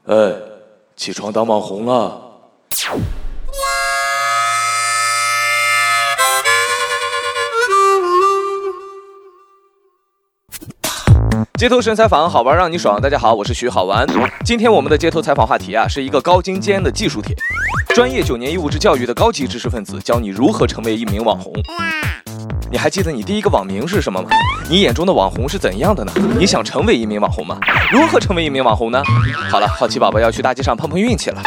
哎，起床当网红了。街头神采访，好玩让你爽。大家好，我是徐好玩。今天我们的街头采访话题是一个高精尖的技术帖，专业9年义务制教育的高级知识分子教你如何成为一名网红。你还记得你第一个网名是什么吗？你眼中的网红是怎样的呢？你想成为一名网红吗？如何成为一名网红呢？好了，好奇宝宝要去大街上碰碰运气了。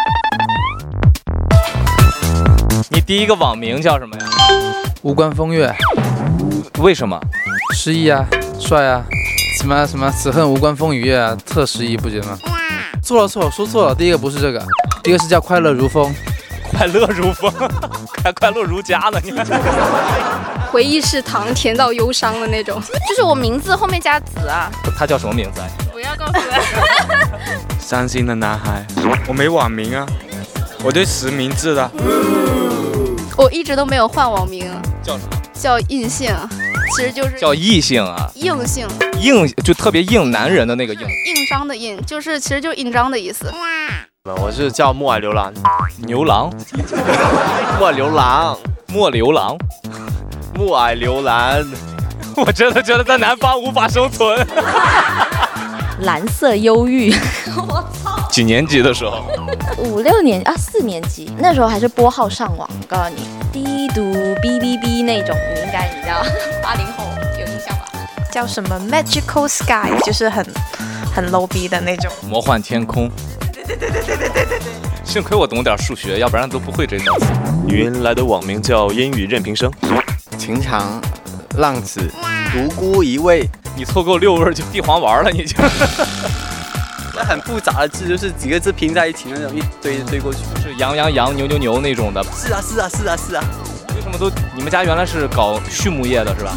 你第一个网名叫什么呀？ 无关风月。 为什么？ 诗意啊，帅啊，什么此恨无关风雨月啊，特诗意不觉得吗？错了，说错了，第一个不是这个，第一个是叫快乐如风。 快乐如风，还快乐如家呢，你看。 回忆是糖，甜到忧伤的那种。 就是我名字后面加子啊。 他叫什么名字啊？ 不要告诉我。 伤心的男孩，我没网名啊，我就实名制的。 我一直都没有换网名。 叫什么？ 叫硬性，其实就是叫异性啊。 硬性。 硬就特别硬，男人的那个硬。 印章的印，其实就是印章的意思。 我是叫墨海流郎。 牛郎。 墨海流郎。 墨流郎。 墨海流郎。 我真的觉得在南方无法生存。 蓝色忧郁。 我操！ 几年级的时候 ？5、6年啊，4年级，那时候还是拨号上网。我告诉你，滴嘟哔哔哔那种，你应该你知道，80后有印象吧？ 叫什么 Magical Sky， 就是很 low 逼的那种。 魔幻天空。对。幸亏我懂点数学，要不然都不会这道词。 原来的网名叫烟雨任平生。 情长浪子独孤一味。 你凑够6味就地黄丸了，你就。 那很复杂的字，就是几个字拼在一起那种，一堆过去， 是羊牛那种的。 是啊。 为什么都？你们家原来是搞畜牧业的是吧？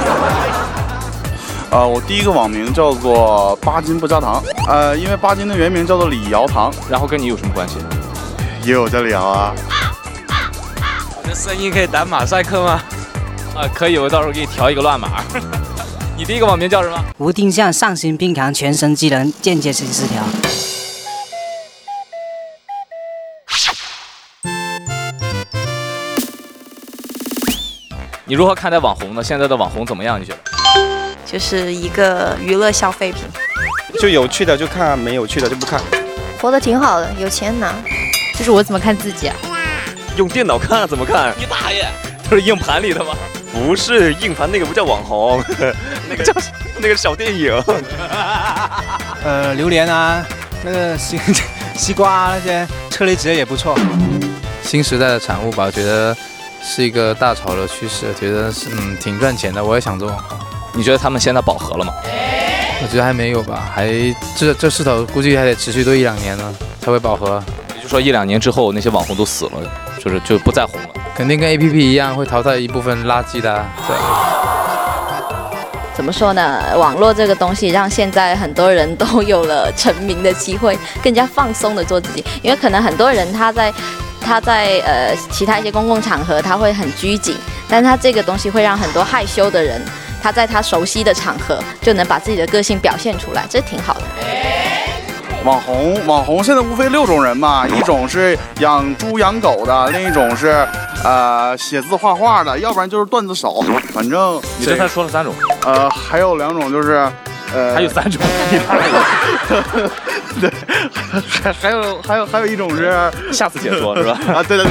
我第一个网名叫做巴金不加糖，因为巴金的原名叫做李尧堂， 然后跟你有什么关系？ 也有这李尧啊。 这声音可以打马赛克吗？ 可以，我到时候给你调一个乱码。你第一个网名叫什么？ 无定向上行并扛全身机能间接性失调。 你如何看待网红呢？现在的网红怎么样？你觉得？ 就是一个娱乐消费品， 就有趣的就看，没有趣的就不看。 活得挺好的，有钱拿。 就是我怎么看自己啊？ 用电脑看怎么看？ 你大爷！都是硬盘里的吗？ 不是，硬盘那个不叫网红，那个叫那个小电影。 榴莲啊，那个西瓜啊，那些车厘子也不错。 新时代的产物吧，我觉得是一个大潮的趋势，觉得是挺赚钱的，我也想做网红。 你觉得他们现在饱和了吗？ 我觉得还没有吧，这势头估计还得持续多1、2年呢才会饱和。 也就是说1、2年之后那些网红都死了，就不再红了。 肯定跟 APP 一样会淘汰一部分垃圾的。对。 怎么说呢？网络这个东西让现在很多人都有了成名的机会，更加放松的做自己。因为可能很多人他在其他一些公共场合他会很拘谨，但他这个东西会让很多害羞的人，他在他熟悉的场合就能把自己的个性表现出来，这挺好的。 网红现在无非6种人嘛，一种是养猪养狗的，另一种是写字画画的，要不然就是段子手。反正你这才说了3种。 还有2种就是还有3种。 对，还有一种是下次解说是吧？ 对。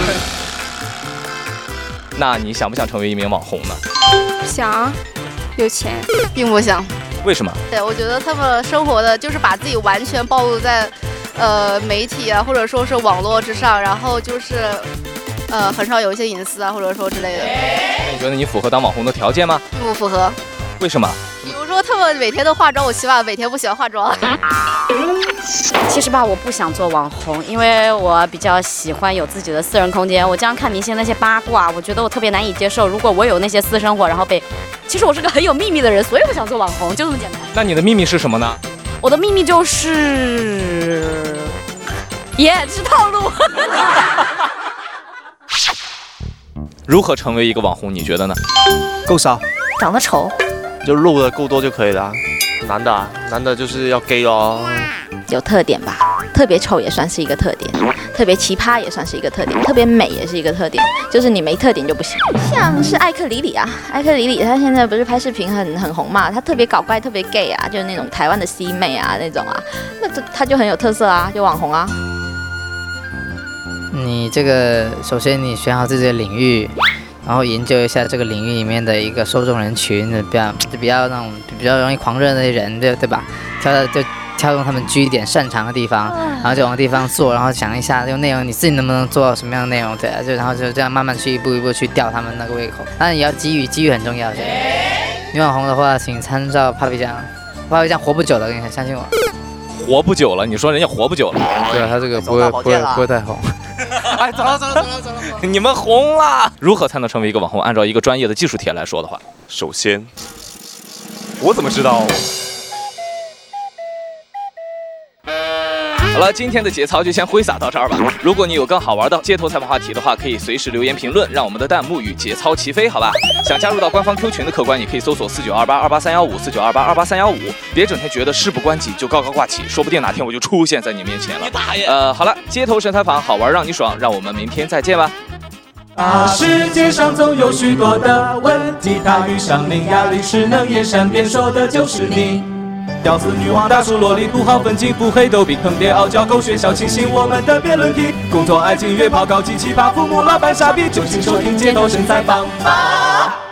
那你想不想成为一名网红呢？ 想，有钱， 并不想。 为什么？ 对，我觉得他们生活的就是把自己完全暴露在媒体啊，或者说是网络之上，然后就是很少有一些隐私啊，或者说之类的。 那你觉得你符合当网红的条件吗？ 不符合。 为什么？ 比如说他们每天都化妆，我起码每天不喜欢化妆。 其实吧，我不想做网红，因为我比较喜欢有自己的私人空间。我经常看明星那些八卦，我觉得我特别难以接受。如果我有那些私生活，然后其实我是个很有秘密的人，所以我想做网红，就这么简单。 那你的秘密是什么呢？ 我的秘密就是是套路。 如何成为一个网红？你觉得呢？ 够骚， 长得丑， 就录的够多就可以了。男的就是要 gay 哦， 有特点吧。 特别丑也算是一个特点，特别奇葩也算是一个特点，特别美也是一个特点，就是你没特点就不行。像是艾克里里啊，艾克里里她现在不是拍视频很红嘛，她特别搞怪，特别 gay 啊，就是那种台湾的 C 妹啊那种啊，那她就很有特色啊，就网红啊。 你这个首先你选好自己的领域，然后研究一下这个领域里面的一个受众人群，比较那种比较容易狂热的那些人，对吧？挑中他们具一点擅长的地方，然后就往地方做，然后想一下用内容你自己能不能做到什么样的内容，对啊，然后就这样慢慢去一步一步去吊他们那个胃口。当然也要机遇很重要。女网红的话，请参照 Papi 酱，Papi 酱活不久的，跟你相信我。 活不久了？你说人家活不久了？ 对啊，他这个不会太红。 哎，走了，你们红了。如何才能成为一个网红？按照一个专业的技术帖来说的话， 首先，我怎么知道？ 好了，今天的节操就先挥洒到这儿吧。如果你有更好玩的街头采访话题的话，可以随时留言评论，让我们的弹幕与节操齐飞，好吧？想加入到官方 Q 群的客官，也可以搜索4928-28315，4928-28315，别整天觉得事不关己就高高挂起，说不定哪天我就出现在你面前了。你大爷！好了，街头神采访好玩让你爽，让我们明天再见吧。 世界上总有许多的问题，他遇上伶牙俐齿能言善辩，说的就是你。屌丝女王大叔萝莉土豪愤青腹黑逗比坑爹傲娇狗血小清新，我们的辩论题，工作爱情约炮高级奇葩父母老板傻逼，就请收听街头神采访吧。